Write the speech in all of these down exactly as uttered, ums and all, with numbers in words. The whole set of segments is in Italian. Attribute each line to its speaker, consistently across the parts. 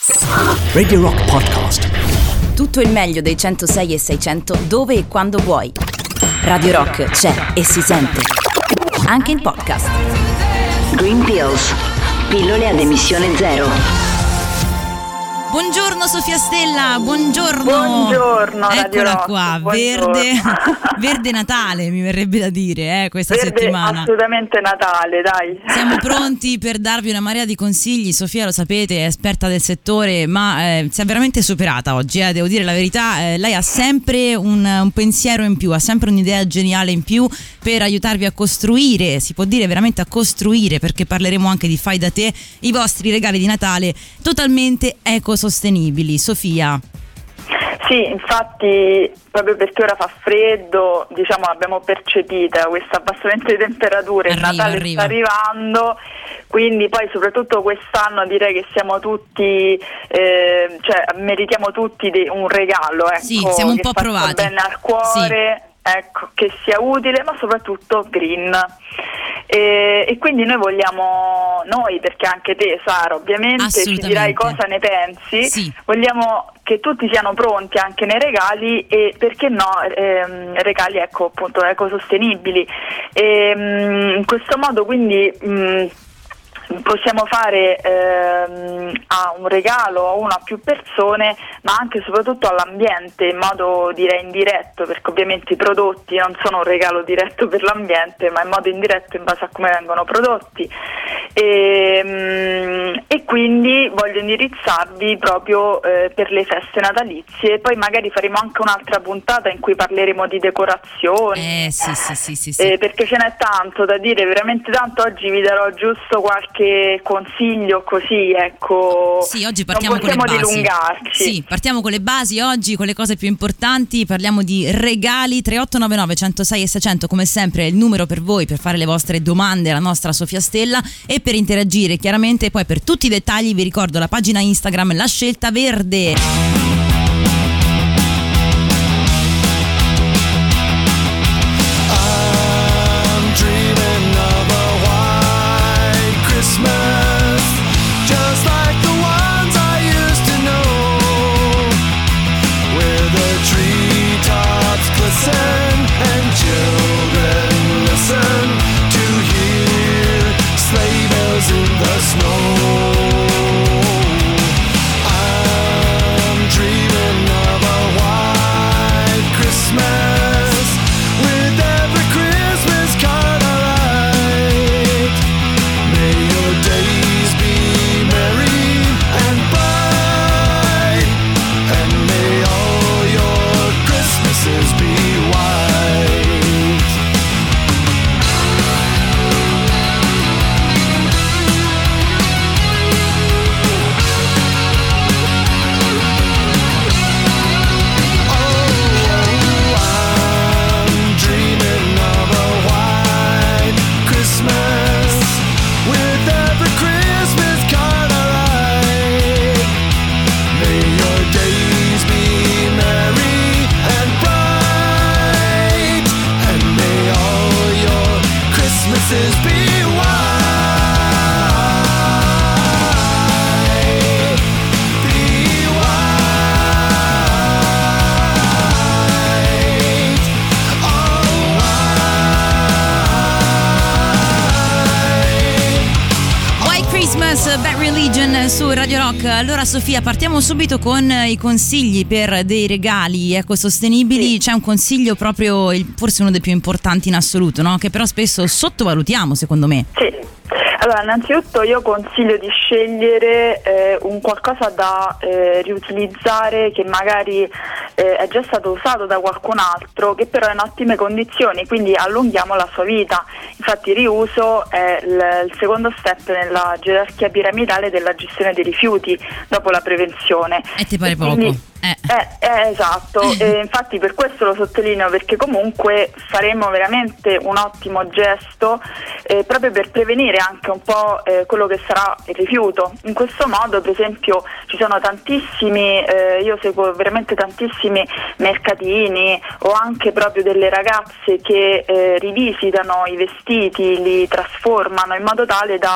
Speaker 1: Radio Rock Podcast.
Speaker 2: Tutto il meglio dei centosei e seicento dove e quando vuoi. Radio Rock c'è e si sente anche in podcast.
Speaker 3: Green Pills, pillole ad emissione zero.
Speaker 4: Buongiorno Sofia Stella, buongiorno.
Speaker 5: Buongiorno Radio
Speaker 4: Eccola
Speaker 5: Rock,
Speaker 4: qua,
Speaker 5: buongiorno.
Speaker 4: verde, verde Natale mi verrebbe da dire eh, questa
Speaker 5: Verde
Speaker 4: settimana.
Speaker 5: Assolutamente Natale, dai.
Speaker 4: Siamo pronti per darvi una marea di consigli. Sofia, lo sapete, è esperta del settore, ma eh, si è veramente superata oggi, eh, devo dire la verità. Eh, lei ha sempre un, un pensiero in più, ha sempre un'idea geniale in più per aiutarvi a costruire, si può dire veramente a costruire, perché parleremo anche di fai da te, i vostri regali di Natale totalmente ecosostenibili. Sofia.
Speaker 5: Sì, infatti proprio perché ora fa freddo, diciamo, abbiamo percepita questo abbassamento di temperature, il
Speaker 4: Arriva,
Speaker 5: Natale
Speaker 4: arriva.
Speaker 5: sta arrivando, quindi poi soprattutto quest'anno direi che siamo tutti, eh, cioè meritiamo tutti de- un regalo, ecco,
Speaker 4: Sì, siamo un
Speaker 5: che
Speaker 4: po'
Speaker 5: faccia
Speaker 4: provati.
Speaker 5: bene al cuore, ecco, che sia utile, ma soprattutto green. E, e quindi noi vogliamo, noi perché anche te Sara ovviamente ci
Speaker 4: Assolutamente.
Speaker 5: dirai cosa ne pensi,
Speaker 4: Sì.
Speaker 5: vogliamo che tutti siano pronti anche nei regali e perché no ehm, regali ecco appunto ecosostenibili e, mh, in questo modo quindi mh, possiamo fare ehm, a un regalo a una o più persone, ma anche e soprattutto all'ambiente in modo direi indiretto, perché ovviamente i prodotti non sono un regalo diretto per l'ambiente, ma in modo indiretto in base a come vengono prodotti e, mm, e quindi voglio indirizzarvi proprio eh, per le feste natalizie. Poi magari faremo anche un'altra puntata in cui parleremo di decorazioni,
Speaker 4: Eh sì, sì, sì, sì, sì.
Speaker 5: eh, perché ce n'è tanto da dire, veramente tanto. Oggi vi darò giusto qualche consiglio così, ecco.
Speaker 4: Sì, oggi partiamo
Speaker 5: non
Speaker 4: con le
Speaker 5: possiamo
Speaker 4: basi.
Speaker 5: dilungarci.
Speaker 4: Sì, partiamo con le basi oggi, con le cose più importanti. Parliamo di regali. Tre otto nove nove centosei e seicento come sempre è il numero per voi per fare le vostre domande alla nostra Sofia Stella e per interagire chiaramente. Poi per tutti i dettagli vi ricordo la pagina Instagram La Scelta Verde. Bad Religion su Radio Rock. Allora Sofia, partiamo subito con i consigli per dei regali ecosostenibili.
Speaker 5: Sì.
Speaker 4: C'è un consiglio proprio, il- forse uno dei più importanti in assoluto, no? Che però spesso sottovalutiamo, secondo me.
Speaker 5: Sì. Allora, innanzitutto io consiglio di scegliere eh, un qualcosa da eh, riutilizzare che magari eh, è già stato usato da qualcun altro, che però è in ottime condizioni, quindi allunghiamo la sua vita. Infatti il riuso è il, il secondo step nella gerarchia piramidale della gestione dei rifiuti dopo la prevenzione.
Speaker 4: E ti pare
Speaker 5: E
Speaker 4: poco?
Speaker 5: quindi-
Speaker 4: Eh.
Speaker 5: Eh, eh, esatto, e infatti per questo lo sottolineo, perché comunque faremo veramente un ottimo gesto eh, proprio per prevenire anche un po' eh, quello che sarà il rifiuto. In questo modo, per esempio, ci sono tantissimi, eh, io seguo veramente tantissimi mercatini o anche proprio delle ragazze che eh, rivisitano i vestiti, li trasformano in modo tale da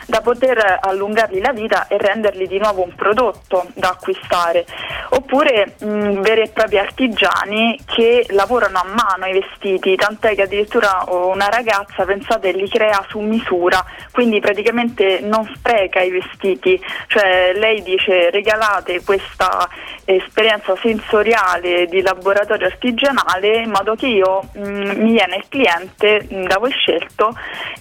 Speaker 5: da poter allungargli la vita e renderli di nuovo un prodotto da acquistare. Oppure mh, veri e propri artigiani che lavorano a mano i vestiti, tant'è che addirittura una ragazza, pensate, li crea su misura, quindi praticamente non spreca i vestiti, cioè lei dice regalate questa esperienza sensoriale di laboratorio artigianale in modo che io mh, mi viene il cliente mh, da voi scelto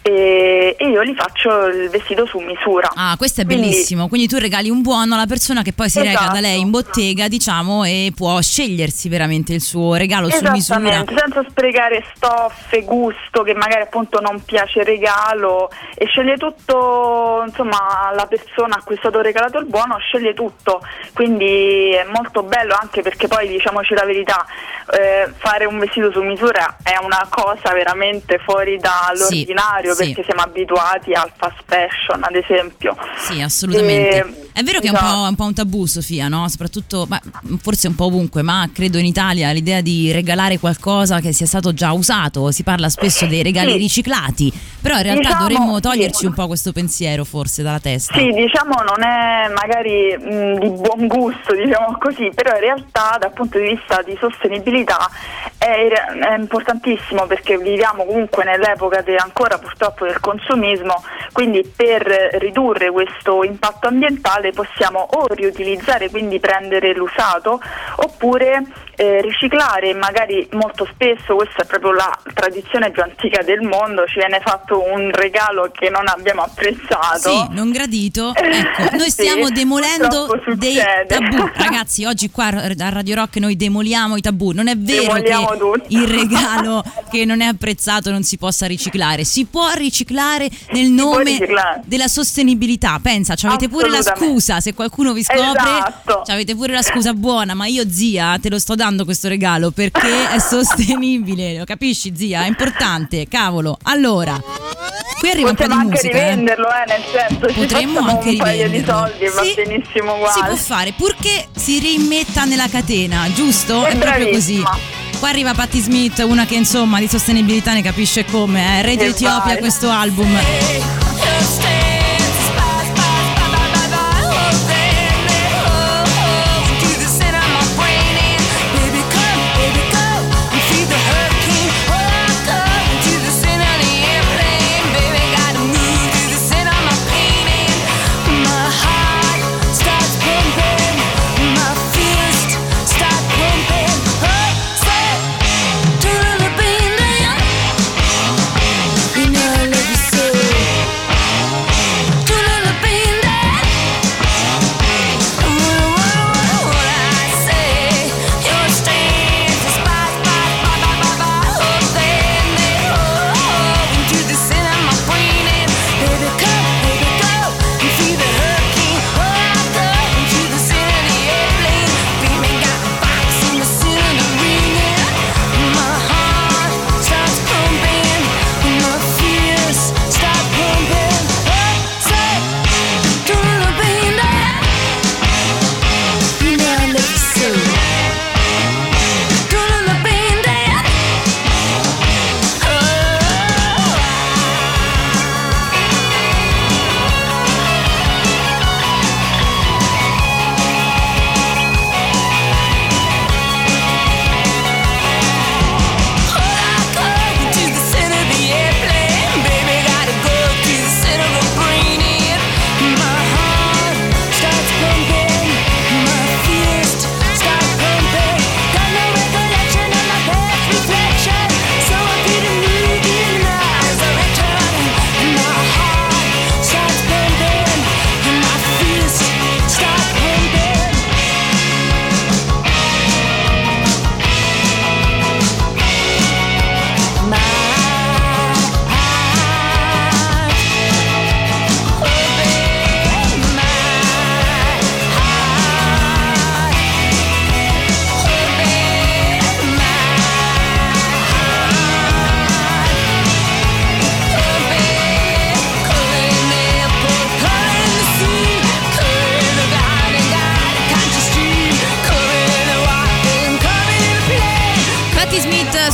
Speaker 5: e, e io gli faccio il vestito su misura.
Speaker 4: Ah, questo è
Speaker 5: quindi,
Speaker 4: bellissimo, quindi tu regali un buono alla persona che poi si
Speaker 5: esatto.
Speaker 4: reca da lei in bottega, diciamo, e può scegliersi veramente il suo regalo su misura.
Speaker 5: Esattamente, senza sprecare stoffe, gusto, che magari appunto non piace il regalo, e sceglie tutto, insomma la persona a cui è stato regalato il buono sceglie tutto, quindi è molto bello, anche perché poi diciamoci la verità, eh, fare un vestito su misura è una cosa veramente fuori dall'ordinario,
Speaker 4: sì,
Speaker 5: perché
Speaker 4: sì.
Speaker 5: siamo abituati al fast fashion ad esempio.
Speaker 4: Sì, assolutamente.
Speaker 5: E,
Speaker 4: è vero che
Speaker 5: esatto.
Speaker 4: è un po', un po' un tabù, Sofia, no? Soprattutto, ma forse un po' ovunque, ma credo in Italia l'idea di regalare qualcosa che sia stato già usato. Si parla spesso dei regali
Speaker 5: sì.
Speaker 4: riciclati, però in realtà
Speaker 5: diciamo,
Speaker 4: dovremmo toglierci
Speaker 5: sì.
Speaker 4: un po' questo pensiero forse dalla testa.
Speaker 5: Sì, diciamo non è magari mh, di buon gusto, diciamo così, però in realtà dal punto di vista di sostenibilità è, è importantissimo, perché viviamo comunque nell'epoca de, ancora purtroppo del consumismo, quindi per ridurre questo impatto ambientale possiamo o riutilizzare, quindi prendere l'usato, oppure eh, riciclare. Magari molto spesso, questa è proprio la tradizione più antica del mondo, ci viene fatto un regalo che non abbiamo apprezzato,
Speaker 4: sì, non gradito, ecco, noi stiamo
Speaker 5: sì,
Speaker 4: demolendo dei tabù, ragazzi. Oggi qua a Radio Rock noi demoliamo i tabù. Non è vero
Speaker 5: Demoliamo
Speaker 4: che
Speaker 5: tutto.
Speaker 4: il regalo che non è apprezzato non si possa riciclare, si può riciclare nel nome
Speaker 5: riciclare.
Speaker 4: della sostenibilità. Pensa, c'avete pure la scusa, se qualcuno vi scopre,
Speaker 5: esatto.
Speaker 4: c'avete pure la scusa buona, ma io zia te lo sto dando questo regalo perché è sostenibile, lo capisci zia? È importante, cavolo. Allora, qui arriva
Speaker 5: Possiamo
Speaker 4: un po' di
Speaker 5: anche
Speaker 4: musica,
Speaker 5: rivenderlo, eh, nel senso, ci
Speaker 4: potremmo
Speaker 5: facciamo
Speaker 4: anche
Speaker 5: un paio di
Speaker 4: rivenderlo.
Speaker 5: soldi e va
Speaker 4: Sì,
Speaker 5: benissimo uguale.
Speaker 4: si può fare, purché si rimmetta nella catena, giusto?
Speaker 5: È
Speaker 4: È proprio così.
Speaker 5: bravissima.
Speaker 4: Qua arriva Patti Smith, una che insomma di sostenibilità ne capisce come, eh. Radio
Speaker 5: E
Speaker 4: Etiopia,
Speaker 5: vai.
Speaker 4: questo album.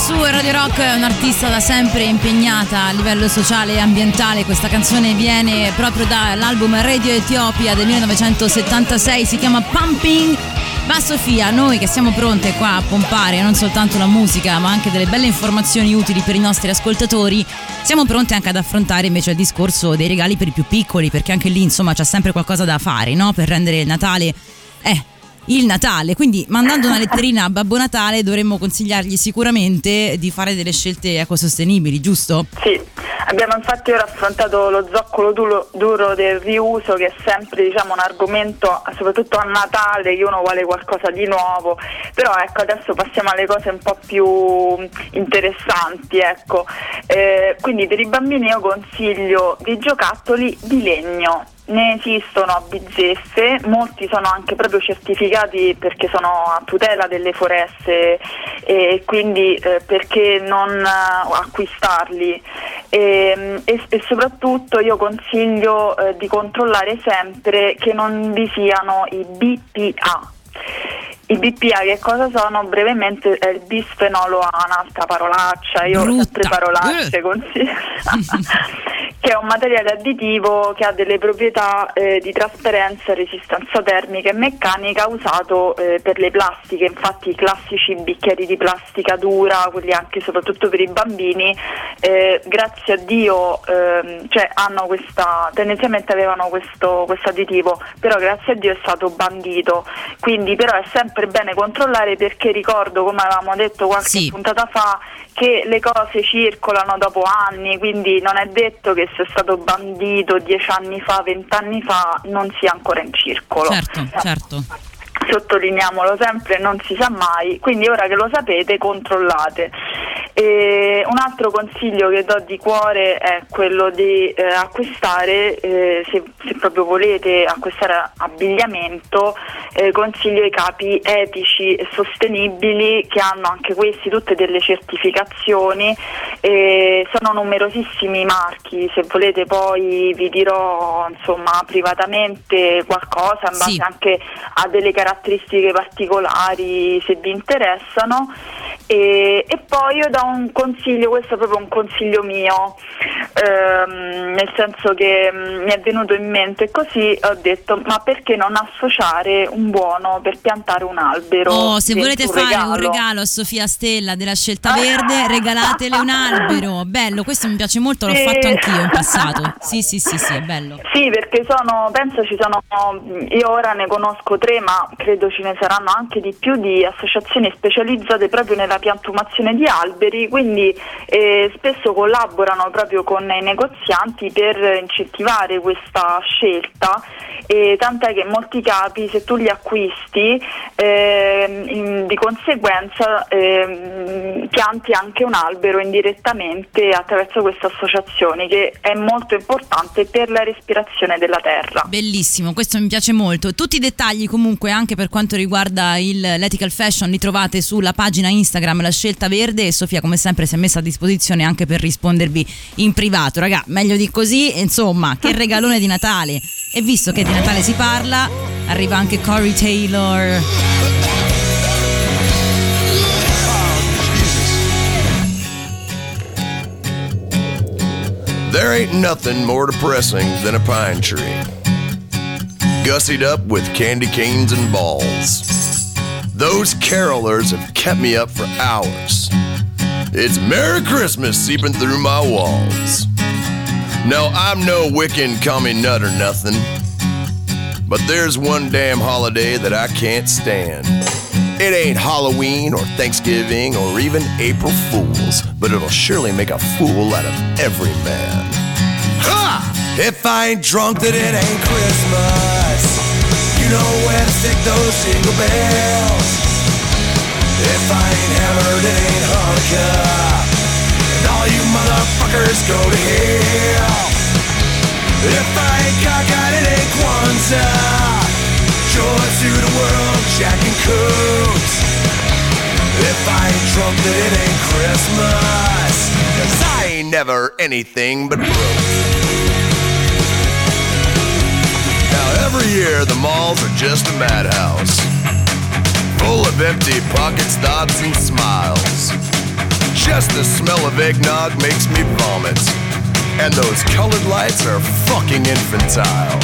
Speaker 4: su Radio Rock, è un'artista da sempre impegnata a livello sociale e ambientale. Questa canzone viene proprio dall'album Radio Ethiopia del millenovecentosettantasei, si chiama Pumping. Ma Sofia, noi che siamo pronte qua a pompare non soltanto la musica ma anche delle belle informazioni utili per i nostri ascoltatori, siamo pronte anche ad affrontare invece il discorso dei regali per i più piccoli, perché anche lì insomma c'è sempre qualcosa da fare, no? Per rendere il Natale eh il Natale, quindi mandando una letterina a Babbo Natale dovremmo consigliargli sicuramente di fare delle scelte ecosostenibili, giusto?
Speaker 5: Sì, abbiamo infatti ora affrontato lo zoccolo duro, duro del riuso, che è sempre, diciamo, un argomento soprattutto a Natale, che uno vuole qualcosa di nuovo, però ecco, adesso passiamo alle cose un po' più interessanti, ecco. Eh, quindi per i bambini io consiglio dei giocattoli di legno. Ne esistono a bizzeffe, molti sono anche proprio certificati perché sono a tutela delle foreste, e quindi eh, perché non uh, acquistarli, e, e, e soprattutto io consiglio eh, di controllare sempre che non vi siano i B P A. I B P A che cosa sono? Brevemente è il bisfenolo A, un'altra parolaccia, io ho sempre parolacce consiglio. Che è un materiale additivo che ha delle proprietà eh, di trasparenza, resistenza termica e meccanica, usato eh, per le plastiche. Infatti i classici bicchieri di plastica dura, quelli anche soprattutto per i bambini, eh, grazie a Dio eh, cioè hanno questa, tendenzialmente avevano questo, questo additivo, però grazie a Dio è stato bandito, quindi però è sempre bene controllare, perché ricordo, come avevamo detto qualche sì. puntata fa, che le cose circolano dopo anni, quindi non è detto che se è stato bandito dieci anni fa, vent'anni fa, non sia ancora in circolo.
Speaker 4: Certo, certo.
Speaker 5: Sottolineiamolo sempre, non si sa mai, quindi ora che lo sapete controllate. E un altro consiglio che do di cuore è quello di eh, acquistare, eh, se, se proprio volete acquistare abbigliamento, eh, consiglio i capi etici e sostenibili, che hanno anche questi tutte delle certificazioni, eh, sono numerosissimi i marchi, se volete poi vi dirò insomma privatamente qualcosa in base sì. anche a delle caratteristiche particolari se vi interessano. E, e poi io do un consiglio, questo è proprio un consiglio mio, ehm, nel senso che mh, mi è venuto in mente così, ho detto ma perché non associare un buono per piantare un albero?
Speaker 4: Oh, se volete un fare regalo. un regalo a Sofia Stella della Scelta Verde, regalatele un albero, bello, questo mi piace molto, l'ho sì. fatto anch'io in passato, sì sì sì sì, è bello.
Speaker 5: Sì, perché sono, penso ci sono, io ora ne conosco tre, ma credo ce ne saranno anche di più, di associazioni specializzate proprio nella piantumazione di alberi, quindi eh, spesso collaborano proprio con i negozianti per incentivare questa scelta, e tant'è che in molti capi se tu li acquisti eh, in, di conseguenza eh, pianti anche un albero indirettamente attraverso queste associazioni, che è molto importante per la respirazione della terra.
Speaker 4: Bellissimo, questo mi piace molto. Tutti i dettagli comunque anche per quanto riguarda il, l'ethical fashion li trovate sulla pagina Instagram La Scelta Verde, e Sofia come sempre si è messa a disposizione anche per rispondervi in privato. Raga, meglio di così, insomma, che regalone di Natale. E visto che di Natale si parla, arriva anche Corey Taylor.
Speaker 6: There ain't nothing more depressing than a pine tree, gussied up with candy canes and balls. Those carolers have kept me up for hours. It's Merry Christmas seeping through my walls. No, I'm no Wiccan commie nut or nothing, but there's one damn holiday that I can't stand. It ain't Halloween or Thanksgiving or even April Fools, but it'll surely make a fool out of every man. Ha! If I ain't drunk, then it ain't Christmas. You know where to stick those jingle bells. If I ain't hammered, it ain't Hanukkah. And all you motherfuckers go to hell. If I ain't cockeyed, it ain't Kwanzaa. Joy to the world, Jack and Cooks. If I ain't drunk, then it ain't Christmas. Cause I ain't never anything but broke. Now every year the malls are just a madhouse, full of empty pockets, thoughts and smiles. Just the smell of eggnog makes me vomit. And those colored lights are fucking infantile.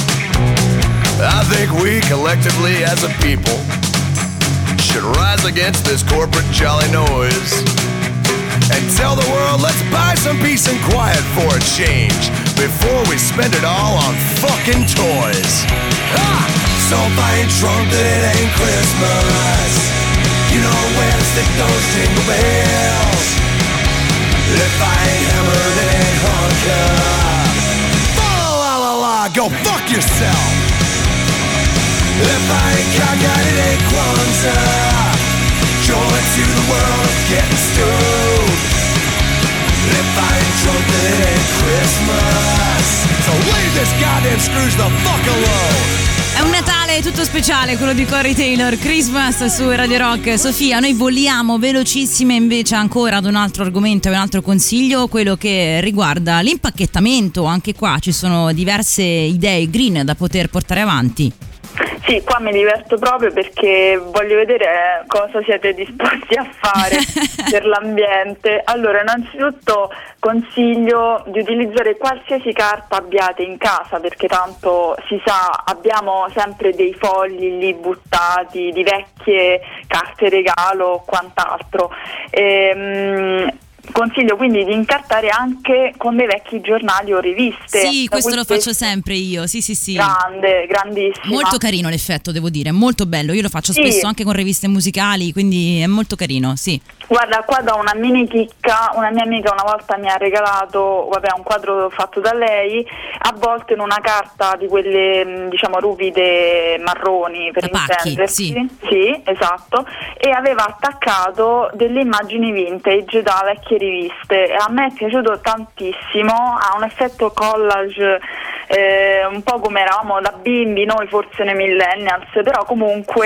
Speaker 6: I think we collectively as a people should rise against this corporate jolly noise and tell the world, let's buy some peace and quiet for a change before we spend it all on fucking toys. Ha! So if I ain't drunk, then it ain't Christmas. You know where to stick those jingle bells. If I ain't hammered, it ain't Hanukkah. Fa la la la, go fuck yourself. If I ain't cockeyed, it ain't Kwanzaa. Join to the world of getting stoned. If I ain't drunk, then it ain't Christmas. So leave this goddamn Scrooge the fuck alone.
Speaker 4: È un Natale tutto speciale, quello di Corey Taylor, Christmas su Radio Rock. Sofia, noi voliamo velocissime invece ancora ad un altro argomento e un altro consiglio, quello che riguarda l'impacchettamento. Anche qua ci sono diverse idee green da poter portare avanti.
Speaker 5: Sì, qua mi diverto proprio perché voglio vedere cosa siete disposti a fare per l'ambiente. Allora, innanzitutto consiglio di utilizzare qualsiasi carta abbiate in casa, perché tanto si sa, abbiamo sempre dei fogli lì buttati, di vecchie carte regalo o quant'altro. Ehm, Consiglio quindi di incartare anche con dei vecchi giornali o riviste.
Speaker 4: Sì, questo lo faccio sempre io, sì sì sì.
Speaker 5: Grande, grandissimo.
Speaker 4: Molto carino l'effetto, devo dire, molto bello. Io lo faccio
Speaker 5: sì.
Speaker 4: spesso anche con riviste musicali, quindi è molto carino, sì.
Speaker 5: Guarda, qua da una mini chicca, una mia amica una volta mi ha regalato, vabbè, un quadro fatto da lei, avvolto in una carta di quelle, diciamo, ruvide marroni, per intendersi.
Speaker 4: Sì.
Speaker 5: Sì, esatto, e aveva attaccato delle immagini vintage da vecchie riviste. A me è piaciuto tantissimo, ha un effetto collage eh, un po' come eravamo da bimbi noi, forse nei millennials, però comunque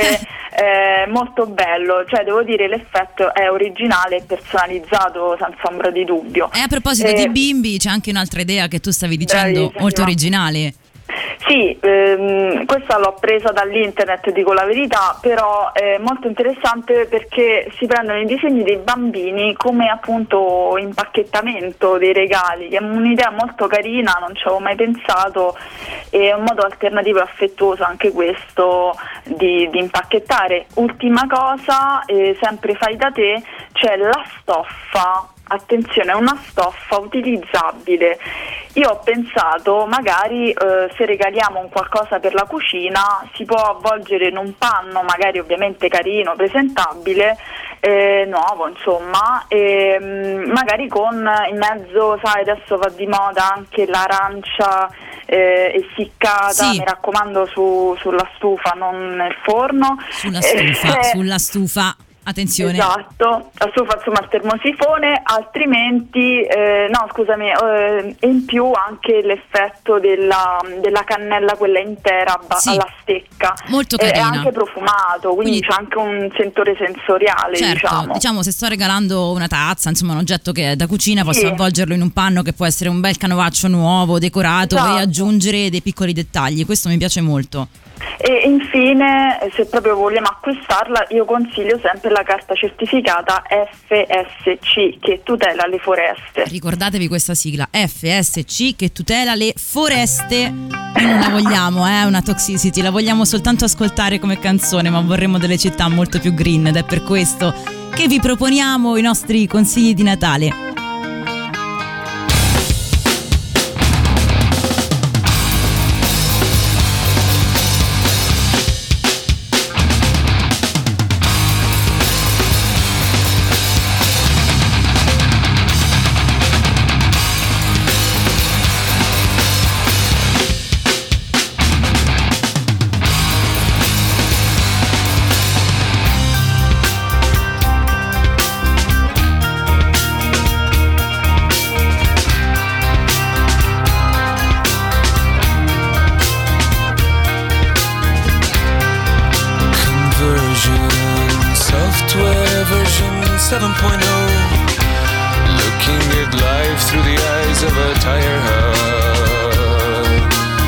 Speaker 5: eh, molto bello, cioè devo dire l'effetto è originale e personalizzato senza ombra di dubbio.
Speaker 4: E a proposito eh, di bimbi, c'è anche un'altra idea che tu stavi dicendo, molto originale.
Speaker 5: Sì, ehm, questa l'ho presa dall'internet, dico la verità, però è molto interessante perché si prendono i disegni dei bambini come appunto impacchettamento dei regali, che è un'idea molto carina, non ci avevo mai pensato, è un modo alternativo e affettuoso anche questo di, di impacchettare. Ultima cosa, eh, sempre fai da te, c'è la stoffa. Attenzione, è una stoffa utilizzabile. Io ho pensato, magari eh, se regaliamo un qualcosa per la cucina, si può avvolgere in un panno, magari ovviamente carino, presentabile, eh, nuovo insomma, e, mh, magari con in mezzo, sai, adesso va di moda anche l'arancia eh, essiccata,
Speaker 4: sì.
Speaker 5: Mi raccomando su, sulla stufa, non nel forno.
Speaker 4: Sulla stufa,
Speaker 5: eh,
Speaker 4: sulla stufa. Attenzione.
Speaker 5: Esatto, la stufa insomma al termosifone, altrimenti eh, no scusami eh, in più anche l'effetto della, della cannella quella intera sì. alla stecca,
Speaker 4: molto
Speaker 5: è
Speaker 4: carina,
Speaker 5: anche profumato, quindi, quindi c'è anche un sentore sensoriale,
Speaker 4: certo,
Speaker 5: diciamo.
Speaker 4: diciamo se sto regalando una tazza, insomma un oggetto che è da cucina, posso
Speaker 5: sì.
Speaker 4: avvolgerlo in un panno che può essere un bel canovaccio nuovo, decorato, esatto. E aggiungere dei piccoli dettagli, questo mi piace molto.
Speaker 5: E infine, se proprio vogliamo acquistarla, io consiglio sempre la carta certificata F S C che tutela le foreste.
Speaker 4: Ricordatevi questa sigla, F S C che tutela le foreste. Noi non la vogliamo, eh, una toxicity, la vogliamo soltanto ascoltare come canzone, ma vorremmo delle città molto più green ed è per questo che vi proponiamo i nostri consigli di Natale.
Speaker 7: seven point oh, looking at life through the eyes of a tire hub.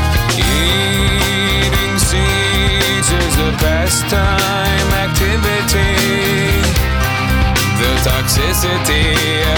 Speaker 7: Eating seeds is a pastime activity. The toxicity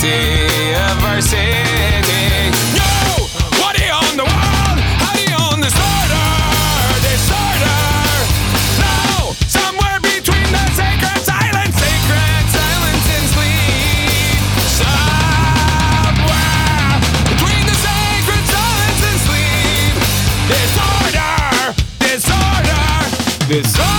Speaker 7: city, of our city. No, what do you own the world? How do you own disorder? Disorder. No, somewhere between the sacred silence, sacred silence and sleep. Somewhere between the sacred silence and sleep. Disorder, disorder, disorder.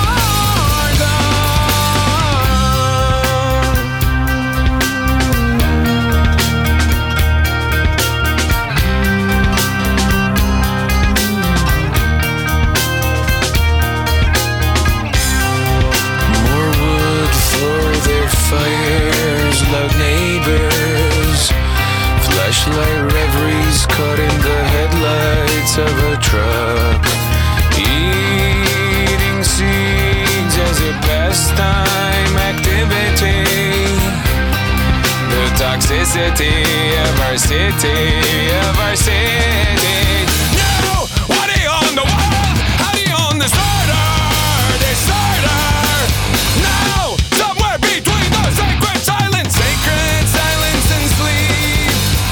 Speaker 7: Fires, loud neighbors, flashlight reveries caught in the headlights of a truck, eating seeds as a pastime activity, the toxicity of our city, of our city. No, what do you own the world? How do you own disorder? Disorder. No, somewhere between the sacred silence, sacred silence and sleep.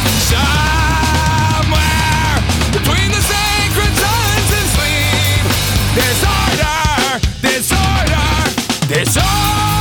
Speaker 7: Somewhere between the sacred silence and sleep. Disorder, disorder, disorder.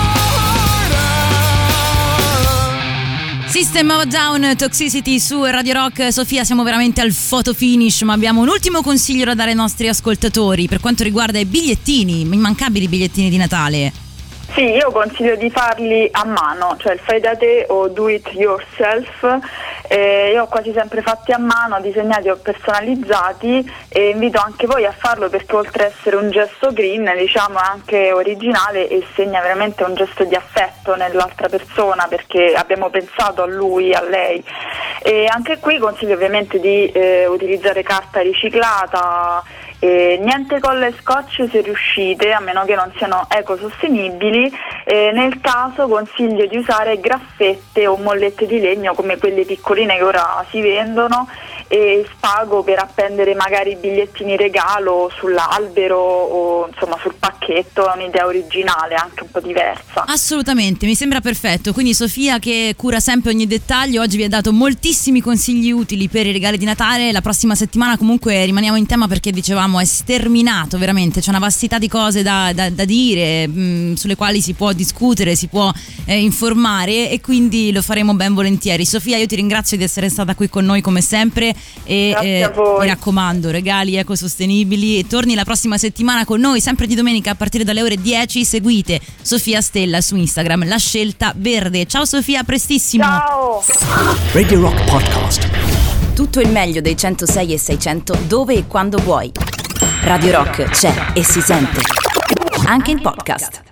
Speaker 4: System of a Down, Toxicity su Radio Rock. Sofia, siamo veramente al photo finish, ma abbiamo un ultimo consiglio da dare ai nostri ascoltatori per quanto riguarda i bigliettini, immancabili bigliettini di Natale.
Speaker 5: Sì, io consiglio di farli a mano, cioè il fai da te o do it yourself. Eh, io ho quasi sempre fatti a mano, disegnati o personalizzati, e invito anche voi a farlo perché oltre ad essere un gesto green, diciamo, è anche originale e segna veramente un gesto di affetto nell'altra persona, perché abbiamo pensato a lui, a lei. E anche qui consiglio ovviamente di eh, utilizzare carta riciclata. Eh, niente colla e scotch se riuscite, a meno che non siano ecosostenibili. Eh, nel caso consiglio di usare graffette o mollette di legno come quelle piccoline che ora si vendono, e spago per appendere magari bigliettini regalo sull'albero o insomma sul pacchetto. È un'idea originale, anche un po' diversa.
Speaker 4: Assolutamente, mi sembra perfetto. Quindi Sofia, che cura sempre ogni dettaglio, oggi vi ha dato moltissimi consigli utili per i regali di Natale. La prossima settimana comunque rimaniamo in tema perché dicevamo è sterminato veramente, c'è una vastità di cose da, da, da dire, mh, sulle quali si può discutere, si può eh, informare, e quindi lo faremo ben volentieri. Sofia, io ti ringrazio di essere stata qui con noi come sempre, e eh, mi raccomando, regali ecosostenibili, e torni la prossima settimana con noi sempre di domenica a partire dalle ore dieci. Seguite Sofia Stella su Instagram, La Scelta Verde. Ciao Sofia, a prestissimo.
Speaker 5: Ciao.
Speaker 1: Radio Rock Podcast.
Speaker 2: Tutto il meglio dei centosei e seicento dove e quando vuoi. Radio Rock c'è e si sente. Anche in podcast.